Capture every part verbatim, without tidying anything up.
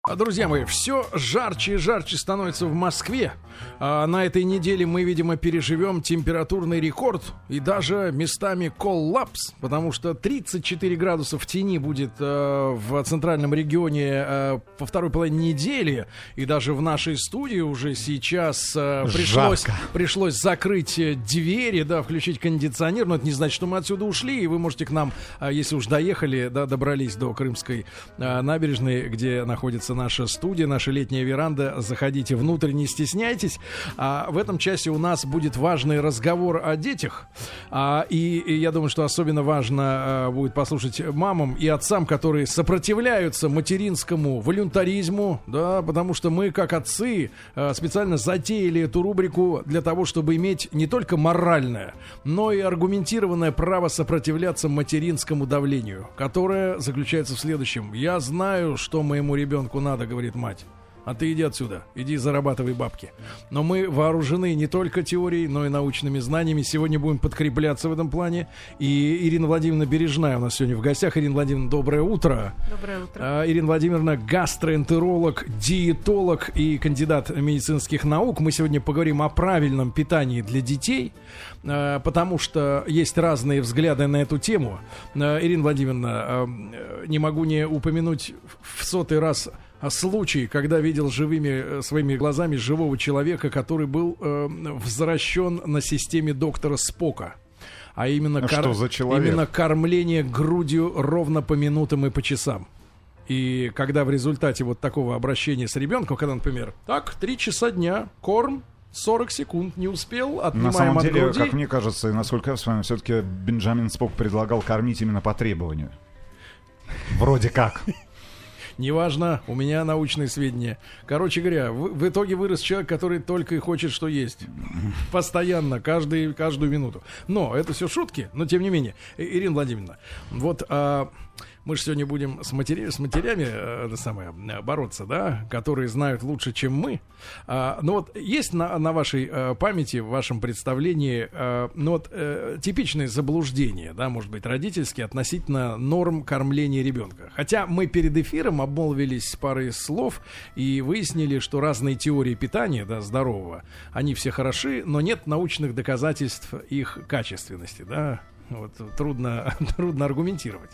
Друзья мои, все жарче и жарче становится в Москве. А на этой неделе мы, видимо, переживем температурный рекорд и даже местами коллапс, потому что тридцать четыре градуса в тени будет э, в центральном регионе э, по второй половине недели. И даже в нашей студии уже сейчас э, пришлось, пришлось закрыть двери, да, включить кондиционер. Но это не значит, что мы отсюда ушли, и вы можете к нам, э, если уж доехали, да, добрались до Крымской э, набережной, где находится наша студия, наша летняя веранда. Заходите внутрь, не стесняйтесь. А в этом часе у нас будет важный разговор о детях. А, и, и я думаю, что особенно важно а, будет послушать мамам и отцам, которые сопротивляются материнскому волюнтаризму, да, потому что мы, как отцы, а, специально затеяли эту рубрику для того, чтобы иметь не только моральное, но и аргументированное право сопротивляться материнскому давлению, которое заключается в следующем. Я знаю, что моему ребенку надо, говорит мать. А ты иди отсюда, иди зарабатывай бабки. Но мы вооружены не только теорией, но и научными знаниями. Сегодня будем подкрепляться в этом плане. И Ирина Владимировна Бережная у нас сегодня в гостях. Ирина Владимировна, доброе утро. Доброе утро. А, Ирина Владимировна, гастроэнтеролог, диетолог и кандидат медицинских наук. Мы сегодня поговорим о правильном питании для детей, а, потому что есть разные взгляды на эту тему. А, Ирина Владимировна, а, не могу не упомянуть в сотый раз случай, когда видел живыми своими глазами живого человека, который был э, возвращен на системе доктора Спока. А именно, а кор... что за человек? именно кормление грудью ровно по минутам и по часам. И когда в результате вот такого обращения с ребенком, когда, например, так, три часа дня, корм, сорок секунд, не успел, отнимаем на самом от деле, груди. Как мне кажется, и насколько я с вами, все-таки Бенджамин Спок предлагал кормить именно по требованию. Вроде как. Неважно, у меня научные сведения. Короче говоря, в, в итоге вырос человек, который только и хочет, что есть. Постоянно, каждый, каждую минуту. Но это все шутки, но тем не менее. Ирина Владимировна, вот... А... Мы же сегодня будем с, матери... с матерями э, самое, бороться, да, которые знают лучше, чем мы. А, но вот есть на, на вашей э, памяти, в вашем представлении, э, ну вот э, типичные заблуждения, да, может быть, родительские относительно норм кормления ребенка. Хотя мы перед эфиром обмолвились парой слов и выяснили, что разные теории питания, да, здорового, они все хороши, но нет научных доказательств их качественности, да. Вот трудно, трудно аргументировать.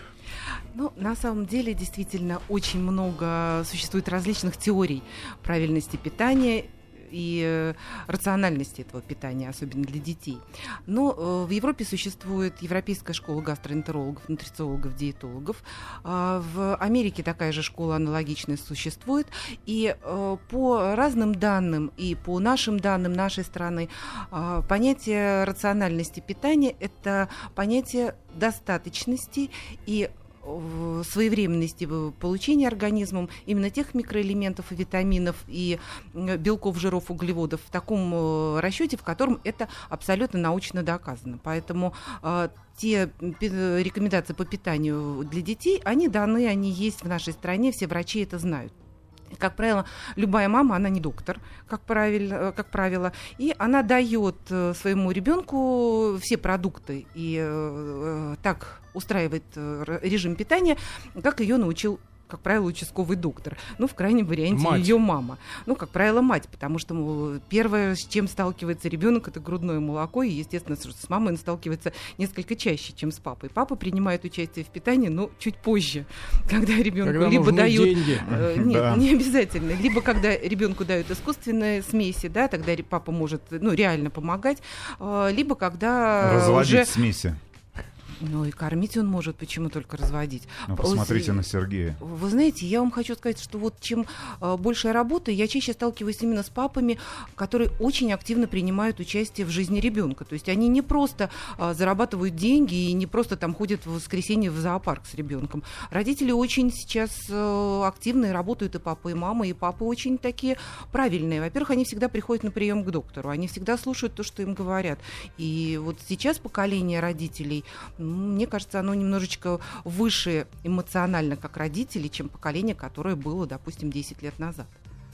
Ну, на самом деле, действительно, очень много существует различных теорий правильности питания и э, рациональности этого питания, особенно для детей. Но э, в Европе существует Европейская школа гастроэнтерологов, нутрициологов, диетологов. Э, в Америке такая же школа аналогичная существует. И э, по разным данным и по нашим данным нашей страны э, понятие рациональности питания – это понятие достаточности и своевременности получения организмом именно тех микроэлементов и витаминов и белков, жиров, углеводов в таком расчете, в котором это абсолютно научно доказано. Поэтому э, те рекомендации по питанию для детей, они даны, они есть в нашей стране, все врачи это знают. Как правило, любая мама, она не доктор, как правило, как правило, и она дает своему ребенку все продукты и э, так устраивает режим питания, как ее научил, как правило, участковый доктор. Ну, в крайнем варианте, мать. Ее мама. Ну, как правило, мать, потому что мол, первое, с чем сталкивается ребенок, это грудное молоко, и, естественно, с мамой он сталкивается несколько чаще, чем с папой. Папа принимает участие в питании, но чуть позже, когда ребенку когда либо дают... деньги. Э, нет, да. не обязательно. Либо когда ребенку дают искусственные смеси, да, тогда папа может, ну, реально помогать, э, либо когда Разводить уже... смеси. Ну и кормить он может, почему только разводить. Ну, посмотрите на Сергея. Вы знаете, я вам хочу сказать, что вот чем э, больше я работаю, я чаще сталкиваюсь именно с папами, которые очень активно принимают участие в жизни ребенка. То есть они не просто э, зарабатывают деньги и не просто там ходят в воскресенье в зоопарк с ребенком. Родители очень сейчас э, активно работают, и папа, и мама, и папы очень такие правильные. Во-первых, они всегда приходят на прием к доктору, они всегда слушают то, что им говорят. И вот сейчас поколение родителей, мне кажется, оно немножечко выше эмоционально как родители, чем поколение, которое было, допустим, десять лет назад.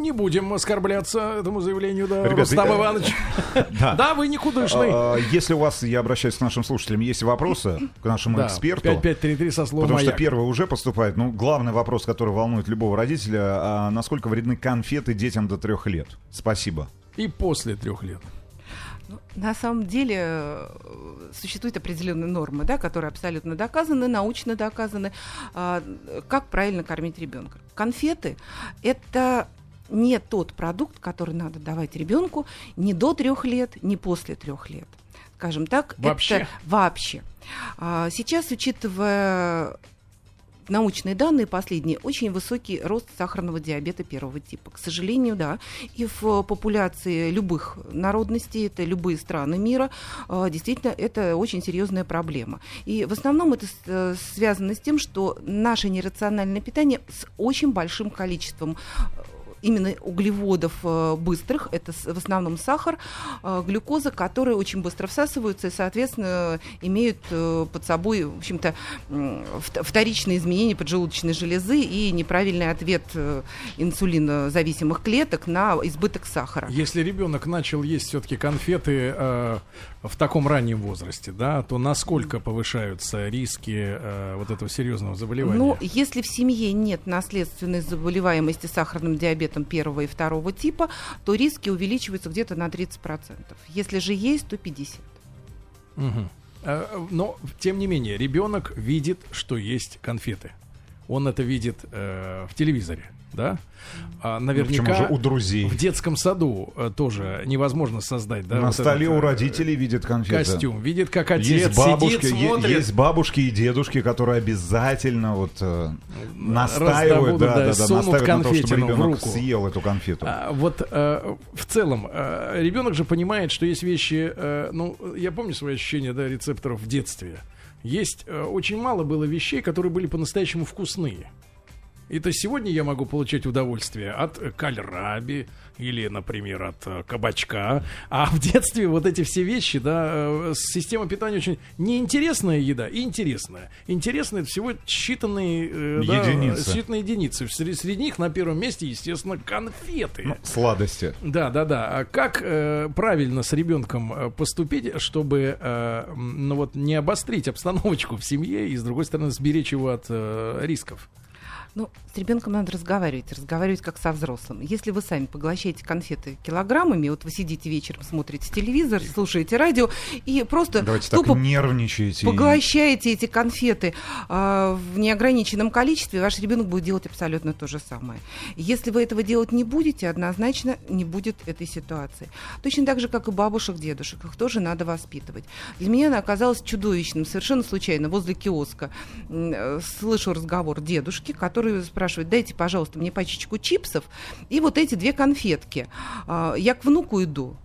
не будем оскорбляться этому заявлению, да, Ребята, Рустам э, Иванович. Да. Да, вы никудышный. А, Если у вас, я обращаюсь к нашим слушателям, есть вопросы к нашему Да, эксперту, пять пять три три со словом потому что «Маяк». первый уже поступает, ну, главный вопрос, который волнует любого родителя, а насколько вредны конфеты детям до трех лет? Спасибо. И после трех лет. Ну, на самом деле э, существуют определенные нормы, да, которые абсолютно доказаны, научно доказаны, э, как правильно кормить ребенка. Конфеты – это не тот продукт, который надо давать ребенку ни до трех лет, ни после трех лет. Скажем так, Вообще? это вообще. А, сейчас, учитывая научные данные последние, очень высокий рост сахарного диабета первого типа. К сожалению, да. И в популяции любых народностей, это любые страны мира, действительно, это очень серьезная проблема. И в основном это связано с тем, что наше нерациональное питание с очень большим количеством именно углеводов э, быстрых, это с, в основном сахар, э, глюкоза, которые очень быстро всасываются и, соответственно, имеют э, под собой, в общем-то, э, вторичные изменения поджелудочной железы и неправильный ответ э, инсулинозависимых клеток на избыток сахара. Если ребенок начал есть все-таки конфеты э, в таком раннем возрасте, да, то насколько повышаются риски э, вот этого серьезного заболевания? Ну, если в семье нет наследственной заболеваемости сахарным диабетом первого и второго типа, то риски увеличиваются где-то на тридцать процентов. Если же есть, то пятьдесят процентов. Угу. Но, тем не менее, ребенок видит, что есть конфеты. Он это видит э, в телевизоре, да? А наверняка же у друзей. В детском саду э, тоже невозможно создать, да? На вот столе этот, у родителей видит конфеты. Костюм, видит, как отец есть бабушки, сидит, е- смотрит. есть бабушки и дедушки, которые обязательно вот э, настаивают, Раздобудут, да, да, да, да, сунут настаивают на то, чтобы конфетину в ребенок руку. съел эту конфету. А, вот э, в целом э, ребенок же понимает, что есть вещи, э, ну, я помню свои ощущения, да, рецепторов в детстве. Есть э, очень мало было вещей, которые были по-настоящему вкусные. Это сегодня я могу получать удовольствие от кальраби или, например, от э, кабачка. А в детстве вот эти все вещи, да, э, система питания очень неинтересная еда и интересная. Интересная — это всего считанные, э, Единицы. Да, считанные единицы. Среди, среди них на первом месте, естественно, конфеты. Ну, сладости. Да, да, да. А как э, правильно с ребенком э, поступить, чтобы э, ну, вот, не обострить обстановочку в семье и, с другой стороны, сберечь его от э, рисков? Ну, с ребенком надо разговаривать, разговаривать как со взрослым. Если вы сами поглощаете конфеты килограммами, вот вы сидите вечером, смотрите телевизор, слушаете радио и просто Давайте тупо так нервничаете. поглощаете эти конфеты э, в неограниченном количестве, ваш ребенок будет делать абсолютно то же самое. Если вы этого делать не будете, однозначно не будет этой ситуации. Точно так же, как и бабушек, дедушек, их тоже надо воспитывать. Для меня она оказалась чудовищным. Совершенно случайно возле киоска э, слышу разговор дедушки, который спрашивает: дайте, пожалуйста, мне пачечку чипсов и вот эти две конфетки. Э, я к внуку иду.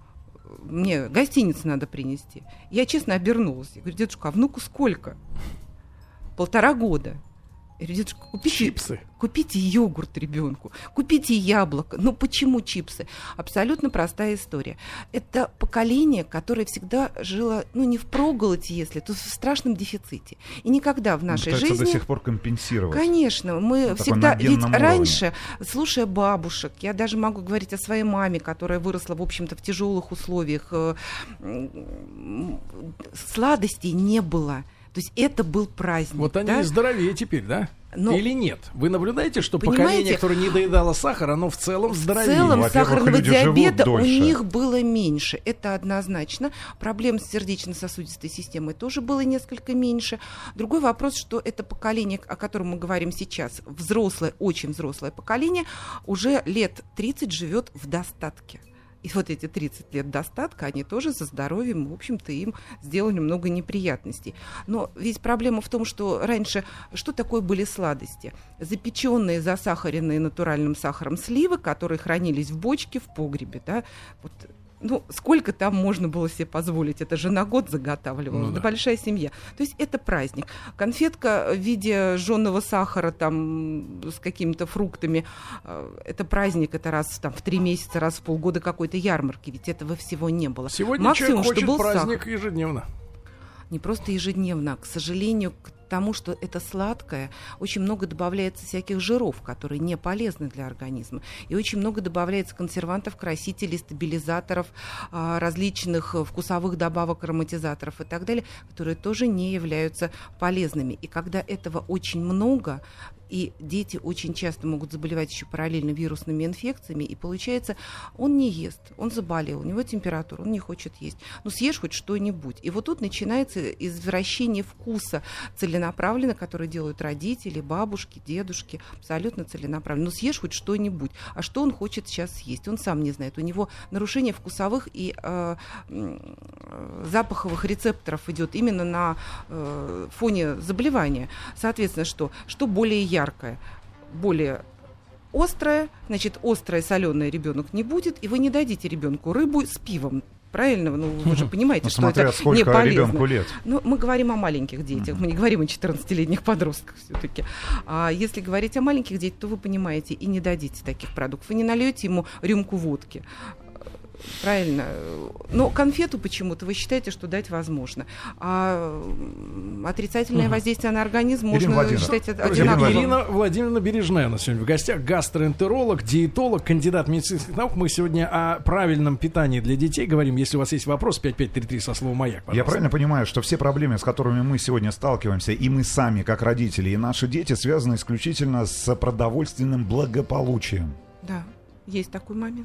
Мне гостиницу надо принести. Я честно обернулась. Я говорю: дедушка, а внуку сколько? Полтора года. Я говорю: дедушка, купите, Чипсы. купите йогурт ребенку, купите яблоко. Ну почему чипсы? Абсолютно простая история. Это поколение, которое всегда жило, ну не в проголоде, если, то в страшном дефиците. И никогда в нашей Пытается жизни... до сих пор компенсировать. Конечно, мы На всегда... таком Ведь генном раньше, слушая бабушек, я даже могу говорить о своей маме, которая выросла, в общем-то, в тяжелых условиях, э, м, сладостей не было. То есть это был праздник. Вот они да? и здоровее теперь, да? Но- Или нет? Вы наблюдаете, что Понимаете, поколение, которое не доедало сахар, оно в целом В здоровее? целом Во-первых, сахарного люди живут диабета у дольше. них было меньше. Это однозначно. Проблем с сердечно-сосудистой системой тоже было несколько меньше. Другой вопрос, что это поколение, о котором мы говорим сейчас, взрослое, очень взрослое поколение, уже лет тридцать живет в достатке. И вот эти тридцать лет достатка, они тоже за здоровьем, в общем-то, им сделали много неприятностей. Но ведь проблема в том, что раньше, что такое были сладости? Запеченные, засахаренные натуральным сахаром сливы, которые хранились в бочке, в погребе, да, вот. Ну, сколько там можно было себе позволить? Это же на год заготавливалось. Ну, да. Да, большая семья. То есть это праздник. Конфетка в виде жженого сахара там, с какими-то фруктами, э, это праздник, это раз там, в три месяца, раз в полгода какой-то ярмарки. Ведь этого всего не было. Сегодня Максимум, человек хочет что был праздник сахар. ежедневно. Не просто ежедневно, а, к сожалению, к потому что это сладкое, очень много добавляется всяких жиров, которые не полезны для организма. И очень много добавляется консервантов, красителей, стабилизаторов, различных вкусовых добавок, ароматизаторов и так далее, которые тоже не являются полезными. И когда этого очень много, и дети очень часто могут заболевать еще параллельно вирусными инфекциями, и получается, он не ест, он заболел, у него температура, он не хочет есть. Ну, съешь хоть что-нибудь. И вот тут начинается извращение вкуса целенаправленно, которое делают родители, бабушки, дедушки, абсолютно целенаправленно. Ну, съешь хоть что-нибудь. А что он хочет сейчас съесть? Он сам не знает. У него нарушение вкусовых и э, э, запаховых рецепторов идет именно на э, фоне заболевания. Соответственно, что? Что более яркое? яркое, более острое, значит, острое, соленое ребенок не будет, и вы не дадите ребенку рыбу с пивом. Правильно? Ну, вы же понимаете, ну, что это не полезно. Ребенку лет. Ну, мы говорим о маленьких детях, мы не говорим о четырнадцатилетних подростках все-таки. А если говорить о маленьких детях, то вы понимаете, и не дадите таких продуктов. Вы не нальете ему рюмку водки. Правильно. Но конфету почему-то вы считаете, что дать возможно. А отрицательное угу. воздействие на организм Ирина можно считать Друзья, одинаковым. Ирина Владимировна Бережная у нас сегодня в гостях. Гастроэнтеролог, диетолог, кандидат медицинских наук. Мы сегодня о правильном питании для детей говорим. Если у вас есть вопрос, пять пять три три со словом «Маяк», пожалуйста. Я правильно понимаю, что все проблемы, с которыми мы сегодня сталкиваемся, и мы сами, как родители, и наши дети, связаны исключительно с продовольственным благополучием? Да, есть такой момент.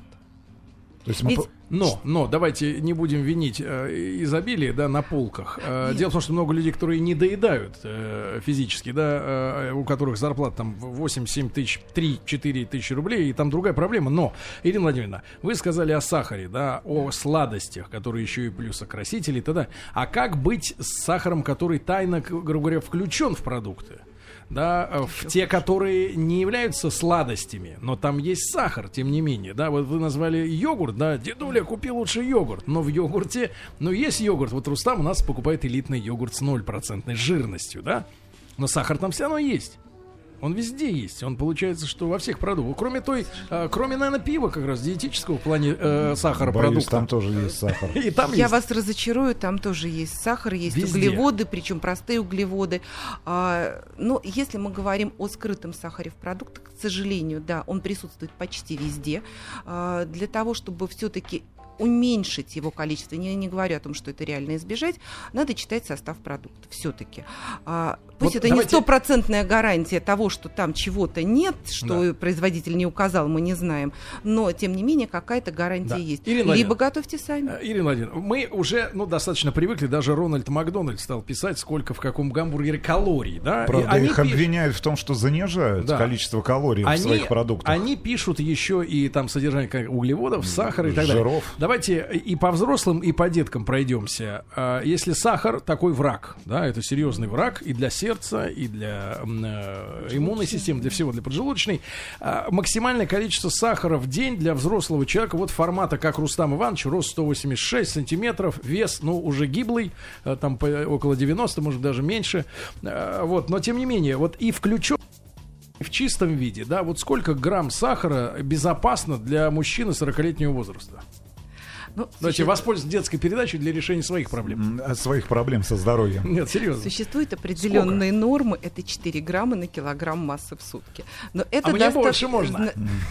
То есть мы... Ведь... Но, но давайте не будем винить э, изобилие, да, на полках. Э, дело в том, что много людей, которые не доедают э, физически, да, э, у которых зарплата там восемь-семь тысяч, три-четыре тысячи рублей, и там другая проблема. Но, Ирина Владимировна, вы сказали о сахаре, да, о сладостях, которые еще и плюс окрасители, тогда. А как быть с сахаром, который тайно, грубо говоря, включен в продукты? Да, в те, которые не являются сладостями, но там есть сахар, тем не менее, да, вот вы назвали йогурт, да, дедуля, купи лучше йогурт, но в йогурте, ну, есть йогурт, вот Рустам у нас покупает элитный йогурт с ноль процентов жирностью, да, но сахар там все равно есть. Он везде есть. Он получается, что во всех продуктах. Кроме той, э, кроме, наверное, пива, как раз диетического в плане э, сахара продукта. Там тоже есть сахар. И там Я есть. вас разочарую, там тоже есть сахар, есть везде. Углеводы, причем простые углеводы. А, но если мы говорим о скрытом сахаре в продуктах, к сожалению, да, он присутствует почти везде. А, для того, чтобы все-таки уменьшить его количество, не, не говорю о том, что это реально избежать, надо читать состав продукта все-таки. А, пусть вот это давайте... не стопроцентная гарантия того, что там чего-то нет, что да. производитель не указал, мы не знаем, но, тем не менее, какая-то гарантия да. есть. Ирина Либо готовьте сами. Ирина Владимировна, мы уже ну, достаточно привыкли, даже Рональд Макдональд стал писать, сколько в каком гамбургере калорий. Да? Правда, их пиш... обвиняют в том, что занижают да. количество калорий они, в своих продуктах. Они пишут еще и там содержание углеводов, сахара и так далее. Жиров. Давайте и по взрослым, и по деткам пройдемся. Если сахар такой враг, да, это серьезный враг и для сердца, и для э, иммунной системы, для всего, для поджелудочной. Максимальное количество сахара в день для взрослого человека, вот формата, как Рустам Иванович, рост сто восемьдесят шесть сантиметров, вес, ну, уже гиблый, там около девяносто, может, даже меньше. Вот, но тем не менее, вот и включен в чистом виде, да, вот сколько грамм сахара безопасно для мужчины сорокалетнего возраста? Ну, Давайте суще... воспользоваться детской передачей для решения своих проблем. Своих проблем со здоровьем. Нет, серьезно. Существуют определенные Сколько? нормы. Это четыре грамма на килограмм массы в сутки. Но это а мне доста... больше можно.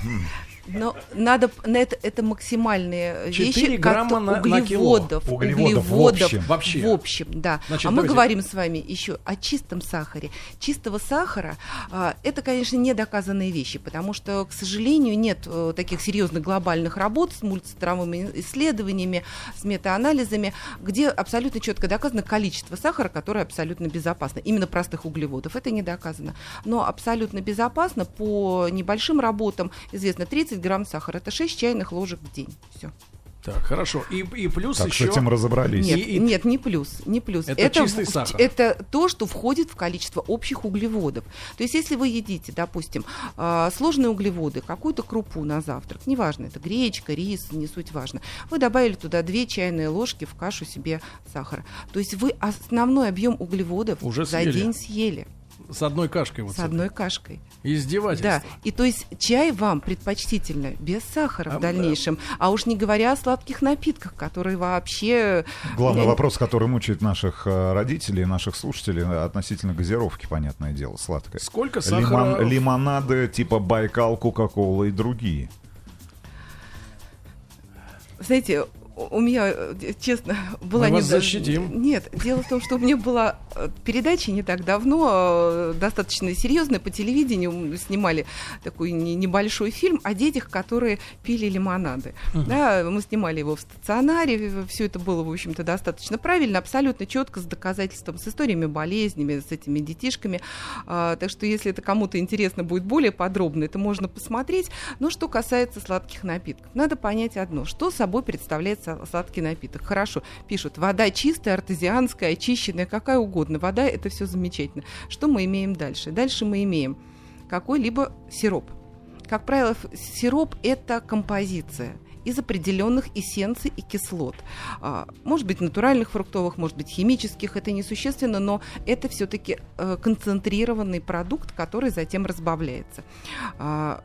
Но надо, это, это максимальные вещи, грамма на, углеводов, на углеводов, углеводов в общем, в общем, да. Значит, а мы давайте... говорим с вами еще о чистом сахаре. Чистого сахара а, это, конечно, недоказанные вещи, потому что, к сожалению, нет а, таких серьезных глобальных работ с мультицентровыми исследованиями, с метаанализами, где абсолютно четко доказано количество сахара, которое абсолютно безопасно. Именно простых углеводов. Это не доказано. Но абсолютно безопасно по небольшим работам, известно, тридцать грамм сахара. Это шесть чайных ложек в день. Все. Так, хорошо. И, и плюс так, еще... с этим разобрались. Нет, и, и... нет, не плюс, не плюс. Это, это чистый в, сахар. Это то, что входит в количество общих углеводов. То есть, если вы едите, допустим, сложные углеводы, какую-то крупу на завтрак, неважно, это гречка, рис, не суть важно, вы добавили туда две чайные ложки в кашу себе сахара. То есть, вы основной объем углеводов уже за съели. день съели. С одной кашкой вот. С одной кашкой. Издевательство. Да, и то есть чай вам предпочтительно без сахара А, в дальнейшем, а уж не говоря о сладких напитках, которые вообще... Главный Я- вопрос, который мучает наших э, родителей, наших слушателей, э, относительно газировки, понятное дело, сладкой. Сколько сахара? Лимон- лимонады типа Байкал, Кока-Кола и другие. Знаете, у меня, э, честно, была... Мы вас не- защитим. Нет, дело в том, что у меня была э, передача не так давно, э, достаточно серьезная, по телевидению м, снимали такой не- небольшой фильм о детях, которые пили лимонады. Мгм. Да, мы снимали его в стационаре, все это было, в общем-то, достаточно правильно, абсолютно четко, с доказательством, с историями болезнями, с этими детишками. А, так что, если это кому-то интересно будет более подробно, это можно посмотреть. Но что касается сладких напитков, надо понять одно, что собой представляет са- сладкий напиток. Хорошо, пишут, вода чистая, артезианская, очищенная, какая угодно. Вода — это все замечательно. Что мы имеем дальше? Дальше мы имеем какой-либо сироп. Как правило, ф- сироп — это композиция из определенных эссенций и кислот. А, может быть, натуральных фруктовых, может быть, химических, это несущественно, но это все-таки э, концентрированный продукт, который затем разбавляется. А,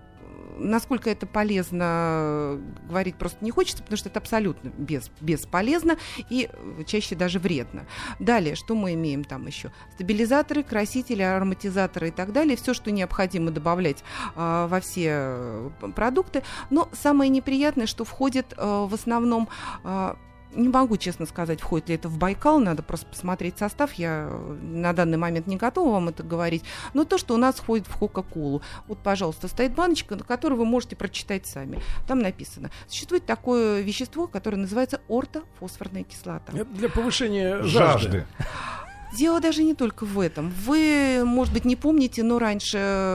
насколько это полезно, говорить просто не хочется, потому что это абсолютно без, бесполезно и чаще даже вредно. Далее, что мы имеем там еще? Стабилизаторы, красители, ароматизаторы и так далее. Все, что необходимо добавлять а, во все э, продукты. Но самое неприятное, что входит а, в основном... а, не могу, честно сказать, входит ли это в Байкал, надо просто посмотреть состав, я на данный момент не готова вам это говорить, но то, что у нас входит в Кока-Колу. Вот, пожалуйста, стоит баночка, на которую вы можете прочитать сами. Там написано. Существует такое вещество, которое называется ортофосфорная кислота. Это для повышения жажды. Жажды. Дело даже не только в этом. Вы, может быть, не помните, но раньше,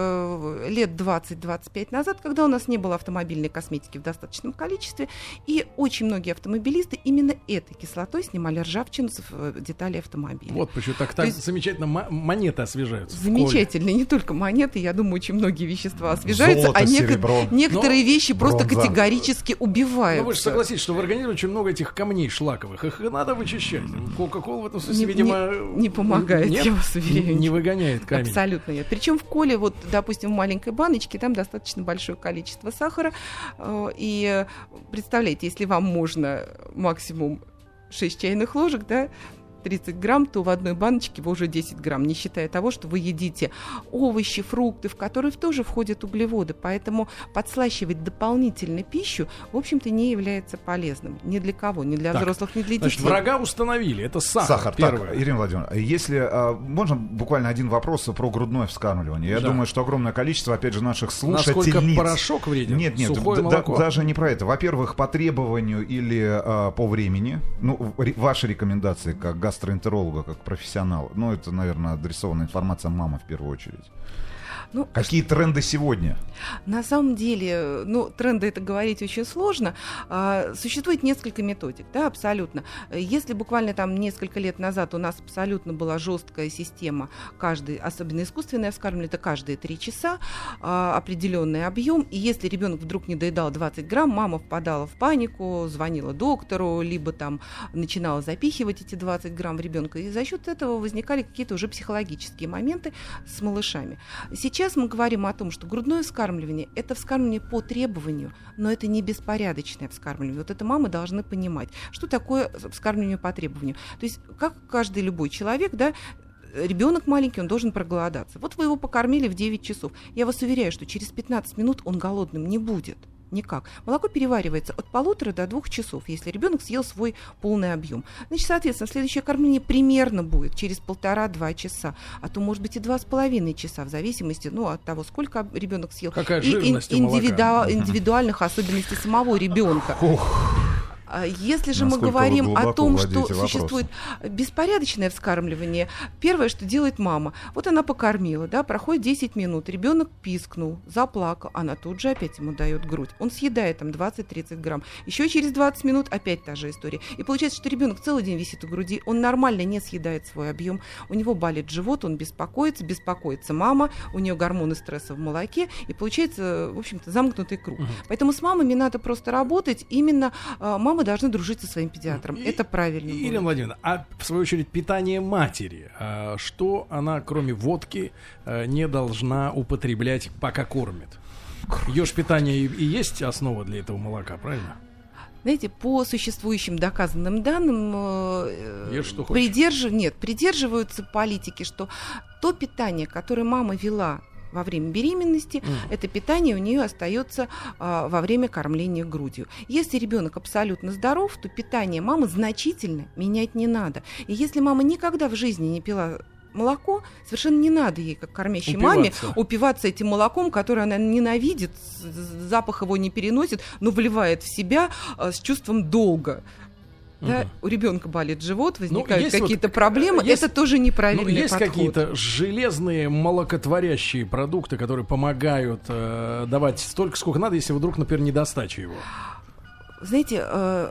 э, лет двадцать-двадцать пять назад, когда у нас не было автомобильной косметики в достаточном количестве, и очень многие автомобилисты именно этой кислотой снимали ржавчину с э, деталей автомобиля. Вот почему так, так есть- замечательно мо- монеты освежаются. в коле. Замечательно, не только монеты, я думаю, очень многие вещества освежаются, Золото, а неко- серебро. некоторые Но- вещи просто бронза. категорически убиваются. Ну вы же согласитесь, что в организме очень много этих камней шлаковых. Их надо вычищать. Кока-кола в этом смысле, Не- видимо... не помогает, нет, я вас уверяю. Не выгоняет камень. Абсолютно нет. Причем в коле, вот, допустим, в маленькой баночке, там достаточно большое количество сахара. э, И представляете, если вам можно максимум шесть чайных ложек, да, тридцать грамм, то в одной баночке вы уже десять грамм, не считая того, что вы едите овощи, фрукты, в которые тоже входят углеводы. Поэтому подслащивать дополнительно пищу, в общем-то, не является полезным. Ни для кого, ни для Так, взрослых, ни для детей. Значит, врага установили. Это сахар. Сахар. Первое. Так, Ирина Владимировна, если а, можно буквально один вопрос про грудное вскармливание. Я Да. думаю, что огромное количество, опять же, наших слушательниц... Насколько порошок вреден? Нет, нет, Сухое д- молоко. да- даже не про это. Во-первых, по требованию или а, по времени. Ну, ре- ваши рекомендации как гастроэнтеролога, как профессионала. Ну, это, наверное, адресованная информация мамы в первую очередь. Ну, Какие тренды сегодня? На самом деле, ну, тренды это говорить очень сложно. А, существует несколько методик, да, абсолютно. Если буквально там несколько лет назад у нас абсолютно была жесткая система, каждый, особенно искусственное вскармливание, это каждые три часа, а, определенный объем, и если ребенок вдруг не доедал двадцать грамм, мама впадала в панику, звонила доктору, либо там начинала запихивать эти двадцать грамм в ребенка, и за счет этого возникали какие-то уже психологические моменты с малышами. Сейчас мы говорим о том, что грудное вскармливание – это вскармливание по требованию, но это не беспорядочное вскармливание. Вот это мамы должны понимать, что такое вскармливание по требованию. То есть, как каждый любой человек, да, ребенок маленький, он должен проголодаться. Вот вы его покормили в девять часов. Я вас уверяю, что через пятнадцать минут он голодным не будет. Никак. Молоко переваривается от полутора до двух часов, если ребенок съел свой полный объем. Значит, соответственно, следующее кормление примерно будет через полтора-два часа, а то, может быть, и два с половиной часа, в зависимости, ну, от того, сколько ребенок съел. Какая и жирность у ин- молока. индивиду- индивидуальных особенностей самого ребенка. А Если же мы Насколько вы говорим о глубоко том, что владеете вопросом. существует беспорядочное вскармливание, первое, что делает мама, вот она покормила, да, проходит десять минут, ребенок пискнул, заплакал, она тут же опять ему дает грудь. Он съедает там двадцать-тридцать грамм. Еще через двадцать минут опять та же история. И получается, что ребенок целый день висит у груди, он нормально не съедает свой объем, у него болит живот, он беспокоится, беспокоится мама, у нее гормоны стресса в молоке, и получается, в общем-то, замкнутый круг. Мгм. Поэтому с мамами надо просто работать, именно а, мама мамы должны дружить со своим педиатром. И, это правильно. Ирина Владимировна, а в свою очередь питание матери, а, что она, кроме водки, а, не должна употреблять, пока кормит? Ее же питание и, и есть основа для этого молока, правильно? Знаете, по существующим доказанным данным э, Ешь, что придерж... Нет, придерживаются политики, что то питание, которое мама вела во время беременности, mm. это питание у нее остается а, во время кормления грудью. Если ребенок абсолютно здоров, то питание мамы значительно менять не надо. И если мама никогда в жизни не пила молоко, совершенно не надо ей, как кормящей упиваться. маме, упиваться этим молоком, которое она ненавидит, запах его не переносит, но вливает в себя а, с чувством долга. Да, угу. У ребенка болит живот, возникают ну, какие-то вот, проблемы. Есть, это тоже неправильный ну, есть подход. Есть какие-то железные молокотворящие продукты, которые помогают э, давать столько, сколько надо, если вдруг, например, недостача его? Знаете, э,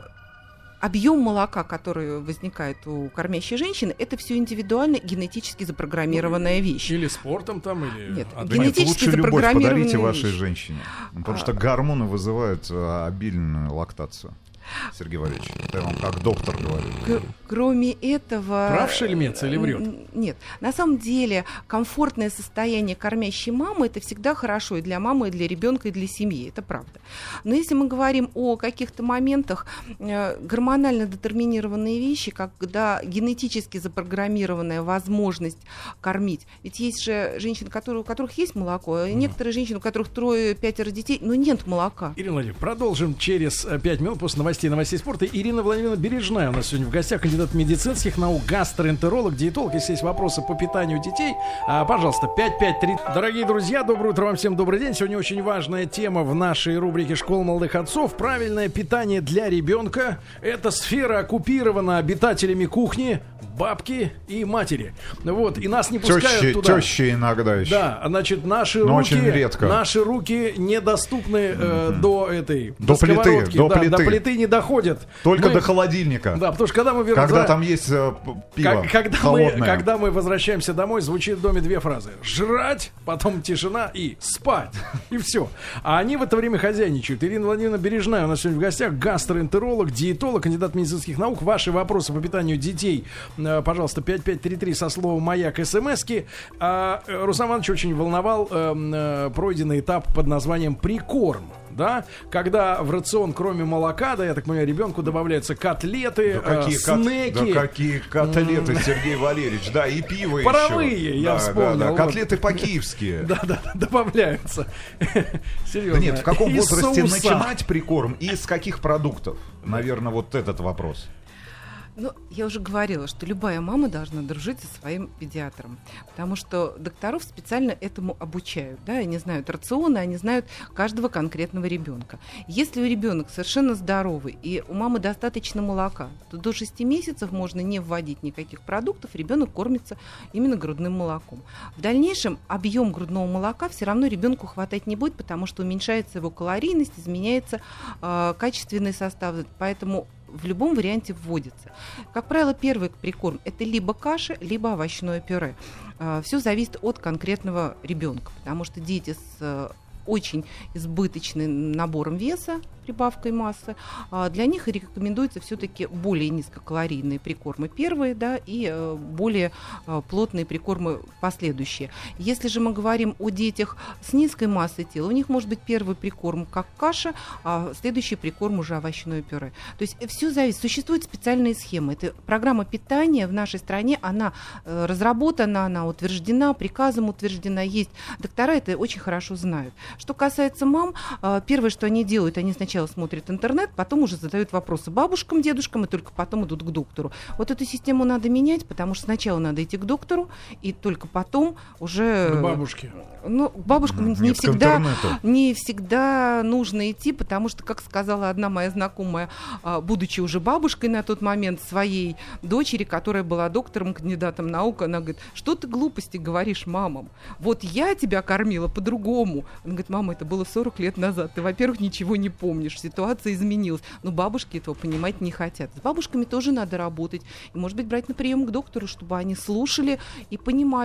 объем молока, который возникает у кормящей женщины, это все индивидуально генетически запрограммированная ну, вещь. Или спортом там, или... Нет, а генетически лучше любовь подарите вещь. вашей женщине, потому а... что гормоны вызывают а, обильную лактацию. Сергей Валерьевич, это я вам как доктор говорю. К- кроме этого... Прав шельмец или врет? Нет. На самом деле комфортное состояние кормящей мамы — это всегда хорошо и для мамы, и для ребенка, и для семьи. Это правда. Но если мы говорим о каких-то моментах, э, гормонально детерминированные вещи, когда генетически запрограммированная возможность кормить. Ведь есть же женщины, которые, у которых есть молоко, mm. некоторые женщины, у которых трое-пятеро детей, но нет молока. Ирина Владимировна, продолжим через пять минут после новостей. Новостей спорта. Ирина Владимировна Бережная у нас сегодня в гостях, кандидат медицинских наук, гастроэнтеролог, диетолог. Если есть вопросы по питанию детей, а, пожалуйста, пять пять три. Дорогие друзья, доброе утро вам всем, добрый день. Сегодня очень важная тема в нашей рубрике «Школа молодых отцов». Правильное питание для ребенка. Эта сфера оккупирована обитателями кухни, бабки и матери. Вот, и нас не пускают тещи, туда. Тещи иногда еще. Да, значит, наши Но руки, очень редко. наши руки недоступны э, mm-hmm. до этой, до, до плиты, до да, плиты. До плиты не доходят. Только мы... до холодильника. Да, потому что когда мы вернемся... Когда там есть э, пиво как, когда холодное. Мы, когда мы возвращаемся домой, звучит в доме две фразы. Жрать, потом тишина и спать. И все. А они в это время хозяйничают. Ирина Владимировна Бережная у нас сегодня в гостях. Гастроэнтеролог, диетолог, кандидат медицинских наук. Ваши вопросы по питанию детей, пожалуйста, пять пять три три со словом «Маяк» смски. А, Руслан Иванович очень волновал э, пройденный этап под названием «Прикорм». Да, когда в рацион, кроме молока, да, я так понимаю, ребенку добавляются котлеты, да какие, э, снеки. Кот, да какие котлеты, Сергей Валерьевич, да, и пиво еще. Паровые, я да, вспомнил. Да, да. Вот. Котлеты по-киевски. Да, да, добавляются. Серьезно. Да нет, в каком из возрасте соуса. начинать прикорм и из каких продуктов? Наверное, вот этот вопрос. Ну, я уже говорила, что любая мама должна дружить со своим педиатром, потому что докторов специально этому обучают, да, они знают рационы, они знают каждого конкретного ребенка. Если у ребенка совершенно здоровый и у мамы достаточно молока, то до шести месяцев можно не вводить никаких продуктов, ребенок кормится именно грудным молоком. В дальнейшем объем грудного молока все равно ребенку хватать не будет, потому что уменьшается его калорийность, изменяется э, качественный состав, поэтому в любом варианте вводится. Как правило, первый прикорм – это либо каша, либо овощное пюре. Все зависит от конкретного ребенка, потому что дети с очень избыточным набором веса, прибавкой массы, для них рекомендуется все-таки более низкокалорийные прикормы первые, да, и более плотные прикормы последующие. Если же мы говорим о детях с низкой массой тела, у них может быть первый прикорм как каша, а следующий прикорм уже овощное пюре. То есть все зависит. Существуют специальные схемы. Это программа питания в нашей стране, она разработана, она утверждена, приказом утверждена, есть. Доктора это очень хорошо знают. Что касается мам, первое, что они делают, они сначала смотрят интернет, потом уже задают вопросы бабушкам, дедушкам, и только потом идут к доктору. Вот эту систему надо менять, потому что сначала надо идти к доктору, и только потом уже... К бабушке. Ну, к бабушкам Нет, не всегда, не всегда нужно идти, потому что, как сказала одна моя знакомая, будучи уже бабушкой на тот момент своей дочери, которая была доктором, кандидатом наук, она говорит: что ты глупости говоришь мамам? Вот я тебя кормила по-другому. Она говорит: мама, это было сорок лет назад, ты, во-первых, ничего не помнишь, ситуация изменилась. Но бабушки этого понимать не хотят. С бабушками тоже надо работать. И, может быть, брать на прием к доктору, чтобы они слушали и понимали.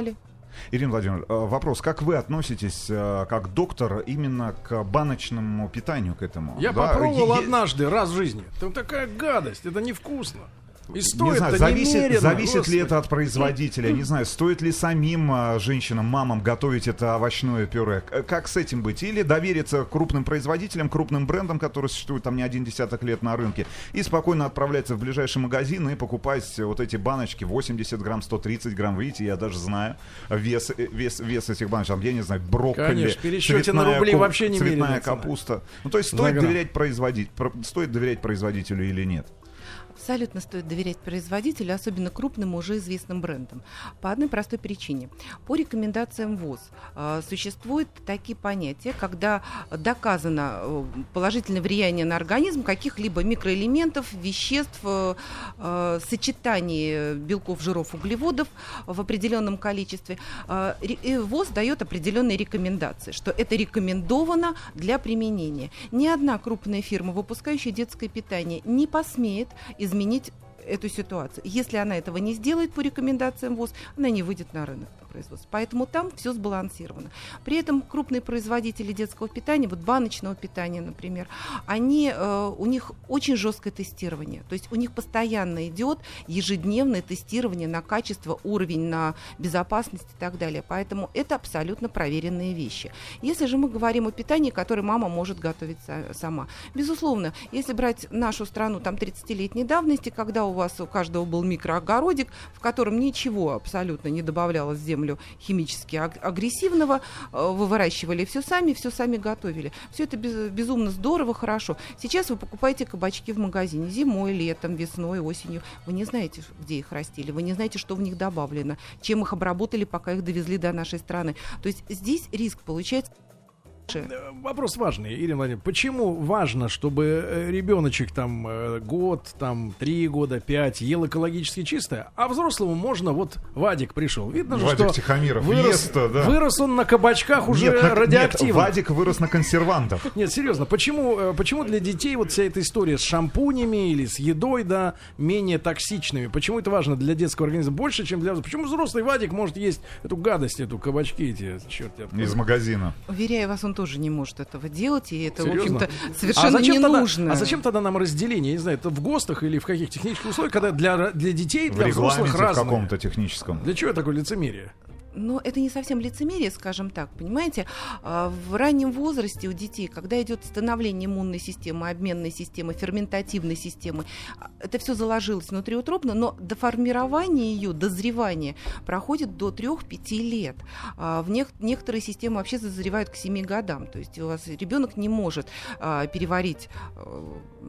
Ирина Владимировна, вопрос, как вы относитесь, как доктор, именно к баночному питанию, к этому? Я да? попробовал е- однажды, раз в жизни. Там такая гадость, это невкусно. И Не стоит знаю, это зависит, немерено, зависит ли господи. это от производителя, не знаю, стоит ли самим а, женщинам, мамам готовить это овощное пюре, К- как с этим быть? Или довериться крупным производителям, крупным брендам, которые существуют там не один десяток лет на рынке, и спокойно отправляться в ближайший магазин и покупать вот эти баночки восемьдесят грамм, сто тридцать грамм, видите, я даже знаю вес, э, вес, вес этих баночек, там, я не знаю, брокколи, Конечно, в пересчете на цветная рубли ку- вообще не цветная меряется. капуста. Ну, то есть За стоит грамм. доверять, производить, про- стоит доверять производителю или нет? Абсолютно стоит доверять производителю, особенно крупным уже известным брендам. По одной простой причине. По рекомендациям ВОЗ э, существуют такие понятия, когда доказано э, положительное влияние на организм каких-либо микроэлементов, веществ, э, э, сочетаний белков, жиров, углеводов в определенном количестве. Э, ре- и ВОЗ дает определенные рекомендации, что это рекомендовано для применения. Ни одна крупная фирма, выпускающая детское питание, не посмеет изменить эту ситуацию. Если она этого не сделает по рекомендациям ВОЗ, она не выйдет на рынок на производство. Поэтому там все сбалансировано. При этом крупные производители детского питания, вот баночного питания, например, они, э, у них очень жесткое тестирование. То есть у них постоянно идет ежедневное тестирование на качество, уровень, на безопасность и так далее. Поэтому это абсолютно проверенные вещи. Если же мы говорим о питании, которое мама может готовить са- сама. Безусловно, если брать нашу страну там тридцатилетней давности, когда у вас у каждого был микроогородик, в котором ничего абсолютно не добавлялось в землю химически аг- агрессивного, э, вы выращивали все сами, все сами готовили. Все это без- безумно здорово, хорошо. Сейчас вы покупаете кабачки в магазине зимой, летом, весной, осенью. Вы не знаете, где их растили, вы не знаете, что в них добавлено, чем их обработали, пока их довезли до нашей страны. То есть здесь риск получается. Э, Вопрос важный, Ирина Владимировна. Почему важно, чтобы э, ребеночек там э, год, там три года, пять ел экологически чистое, а взрослому можно, вот Вадик пришел. Видно же, Вадик что Тихомиров вырос, ест, да. вырос он на кабачках уже Нет, на- радиоактивно. Нет, Вадик вырос на консервантах. Нет, серьезно, почему, э, почему для детей вот вся эта история с шампунями или с едой, да, менее токсичными? Почему это важно для детского организма больше, чем для взрослых? Почему взрослый Вадик может есть эту гадость, эту кабачки эти, черт я Из магазина. Уверяю вас, он тоже не может этого делать, и это, Серьезно? в общем-то, совершенно а зачем не тогда, нужно. А зачем тогда нам разделение? Я не знаю, это в ГОСТах или в каких технических условиях, когда для, для детей, В для взрослых регламенте в разные? каком-то техническом. Для чего такое лицемерие? Но это не совсем лицемерие, скажем так, понимаете? А, В раннем возрасте у детей, когда идет становление иммунной системы, обменной системы, ферментативной системы, а, это все заложилось внутриутробно, но до формирования ее, дозревания проходит до трёх-пяти лет. А, В нех- некоторые системы вообще дозревают к семи годам. То есть у вас ребенок не может а, переварить а,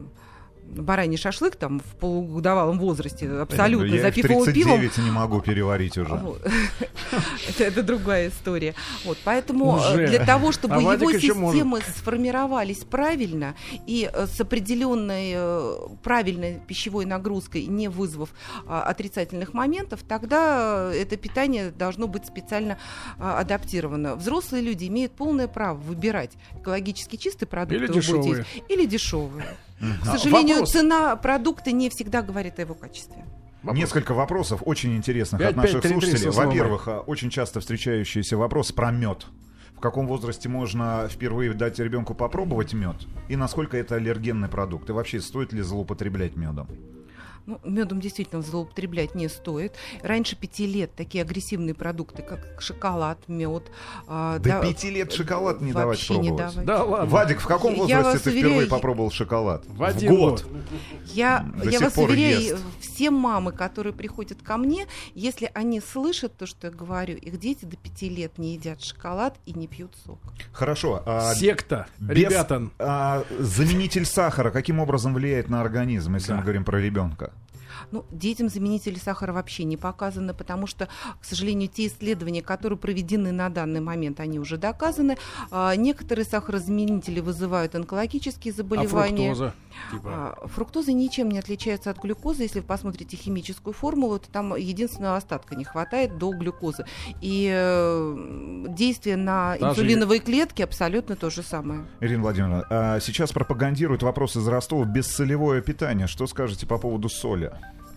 бараний шашлык там в полугодовалом возрасте, абсолютно, Я запив в его тридцать пивом. девять не могу переварить уже. Вот. это, это другая история. Вот, поэтому Уже. э, для того, чтобы А Вадик его еще системы сформировались правильно и э, с определенной э, правильной пищевой нагрузкой, не вызвав э, отрицательных моментов, тогда э, это питание должно быть специально э, адаптировано. Взрослые люди имеют полное право выбирать экологически чистые продукты Или вы будете дешевые. есть, или дешевые. К А, сожалению, вопрос. цена продукта не всегда говорит о его качестве. Вопрос. Несколько вопросов очень интересных пять от наших пять три три слушателей. со словом Во-первых, а, очень часто встречающийся вопрос про мед. В каком возрасте можно впервые дать ребенку попробовать мед? И насколько это аллергенный продукт? И вообще, стоит ли злоупотреблять медом? Ну, медом действительно злоупотреблять не стоит. Раньше пяти лет такие агрессивные продукты, как шоколад, мед. До пяти лет шоколад не давать вообще не пробовать. давать. Да ладно. Вадик, в каком Я возрасте вас ты уверяю, впервые я- попробовал шоколад? В один год. Я, До я сих вас пор уверяю, ест. все мамы, которые приходят ко мне, если они слышат то, что я говорю, их дети до пяти лет не едят шоколад и не пьют сок. Хорошо. а Секта, без- ребята. а заменитель сахара каким образом влияет на организм, если Да. мы говорим про ребенка? Ну, детям заменители сахара вообще не показаны, потому что, к сожалению, те исследования, которые проведены на данный момент, они уже доказаны. А, некоторые сахарозаменители вызывают онкологические А заболевания. фруктоза? Типа. А, Фруктоза ничем не отличается от глюкозы. Если вы посмотрите химическую формулу, то там единственного остатка не хватает до глюкозы. И э, действие на Та же инсулиновые клетки абсолютно то же самое. Ирина Владимировна, а сейчас пропагандируют вопрос из Ростова бессолевое питание. Что скажете по поводу соли?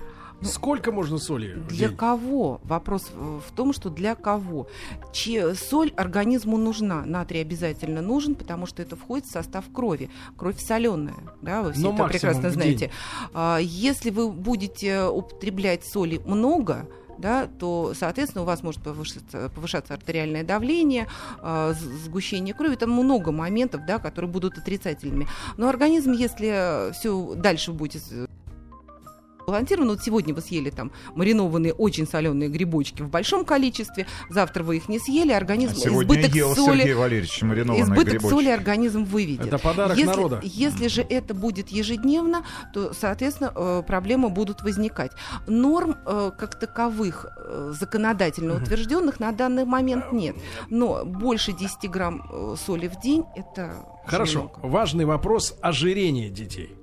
Сколько можно соли в Для день? кого? Вопрос в том, что для кого. Че, соль организму нужна, натрий обязательно нужен, потому что это входит в состав крови. Кровь соленая, да, вы все Но это максимум прекрасно в знаете. день. А, если вы будете употреблять соли много, да, то, соответственно, у вас может повышаться, повышаться артериальное давление, э, сгущение крови, там много моментов, да, которые будут отрицательными. Но организм, если все дальше вы будете балансировано. Вот сегодня вы съели там маринованные очень соленые грибочки в большом количестве, завтра вы их не съели, организм а сегодня избыток ел соли, Сергей Валерьевич маринованные избыток грибочки. соли организм выведет. Это подарок если, народа. Если же это будет ежедневно, то, соответственно, э, проблемы будут возникать. Норм э, как таковых э, законодательно утвержденных на данный момент нет. Но больше десяти грамм э, соли в день — это Хорошо. много. Важный вопрос ожирения детей.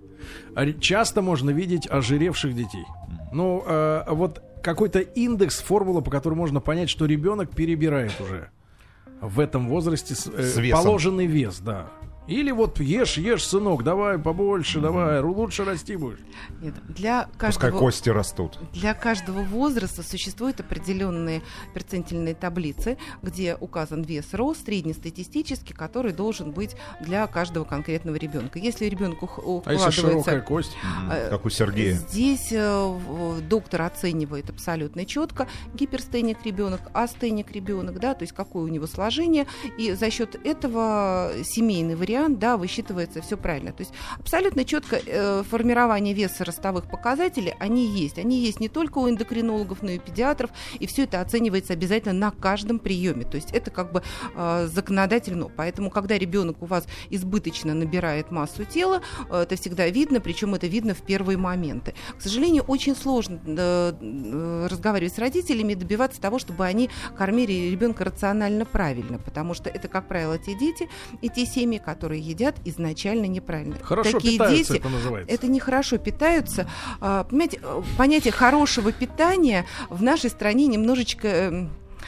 Часто можно видеть ожиревших детей. Ну, э, вот какой-то индекс, формула, по которой можно понять, что ребенок перебирает уже в этом возрасте с, э, С весом. положенный вес, да. Или вот ешь, ешь, сынок, давай побольше, mm-hmm. давай, лучше расти будешь. Нет, для Пускай каждого, кости растут. Для каждого возраста существуют определенные перцентильные таблицы, где указан вес, рост, среднестатистический, который должен быть для каждого конкретного ребенка. Если ребенку А если широкая укладывается... кость? Mm-hmm. Как у Сергея. Здесь э, доктор оценивает абсолютно четко, гиперстеник ребенок, астеник ребенок, да, то есть какое у него сложение, и за счет этого семейный вариант, да, высчитывается все правильно. То есть абсолютно четко э, формирование веса ростовых показателей, они есть. Они есть не только у эндокринологов, но и у педиатров, и все это оценивается обязательно на каждом приеме. То есть это как бы э, законодательно. Поэтому, когда ребенок у вас избыточно набирает массу тела, э, это всегда видно, причем это видно в первые моменты. К сожалению, очень сложно э, э, разговаривать с родителями и добиваться того, чтобы они кормили ребенка рационально правильно, потому что это, как правило, те дети и те семьи, которые едят изначально неправильно. Хорошо Такие питаются, дети, это называется. Это нехорошо питаются. А, понимаете, понятие хорошего питания в нашей стране немножечко э,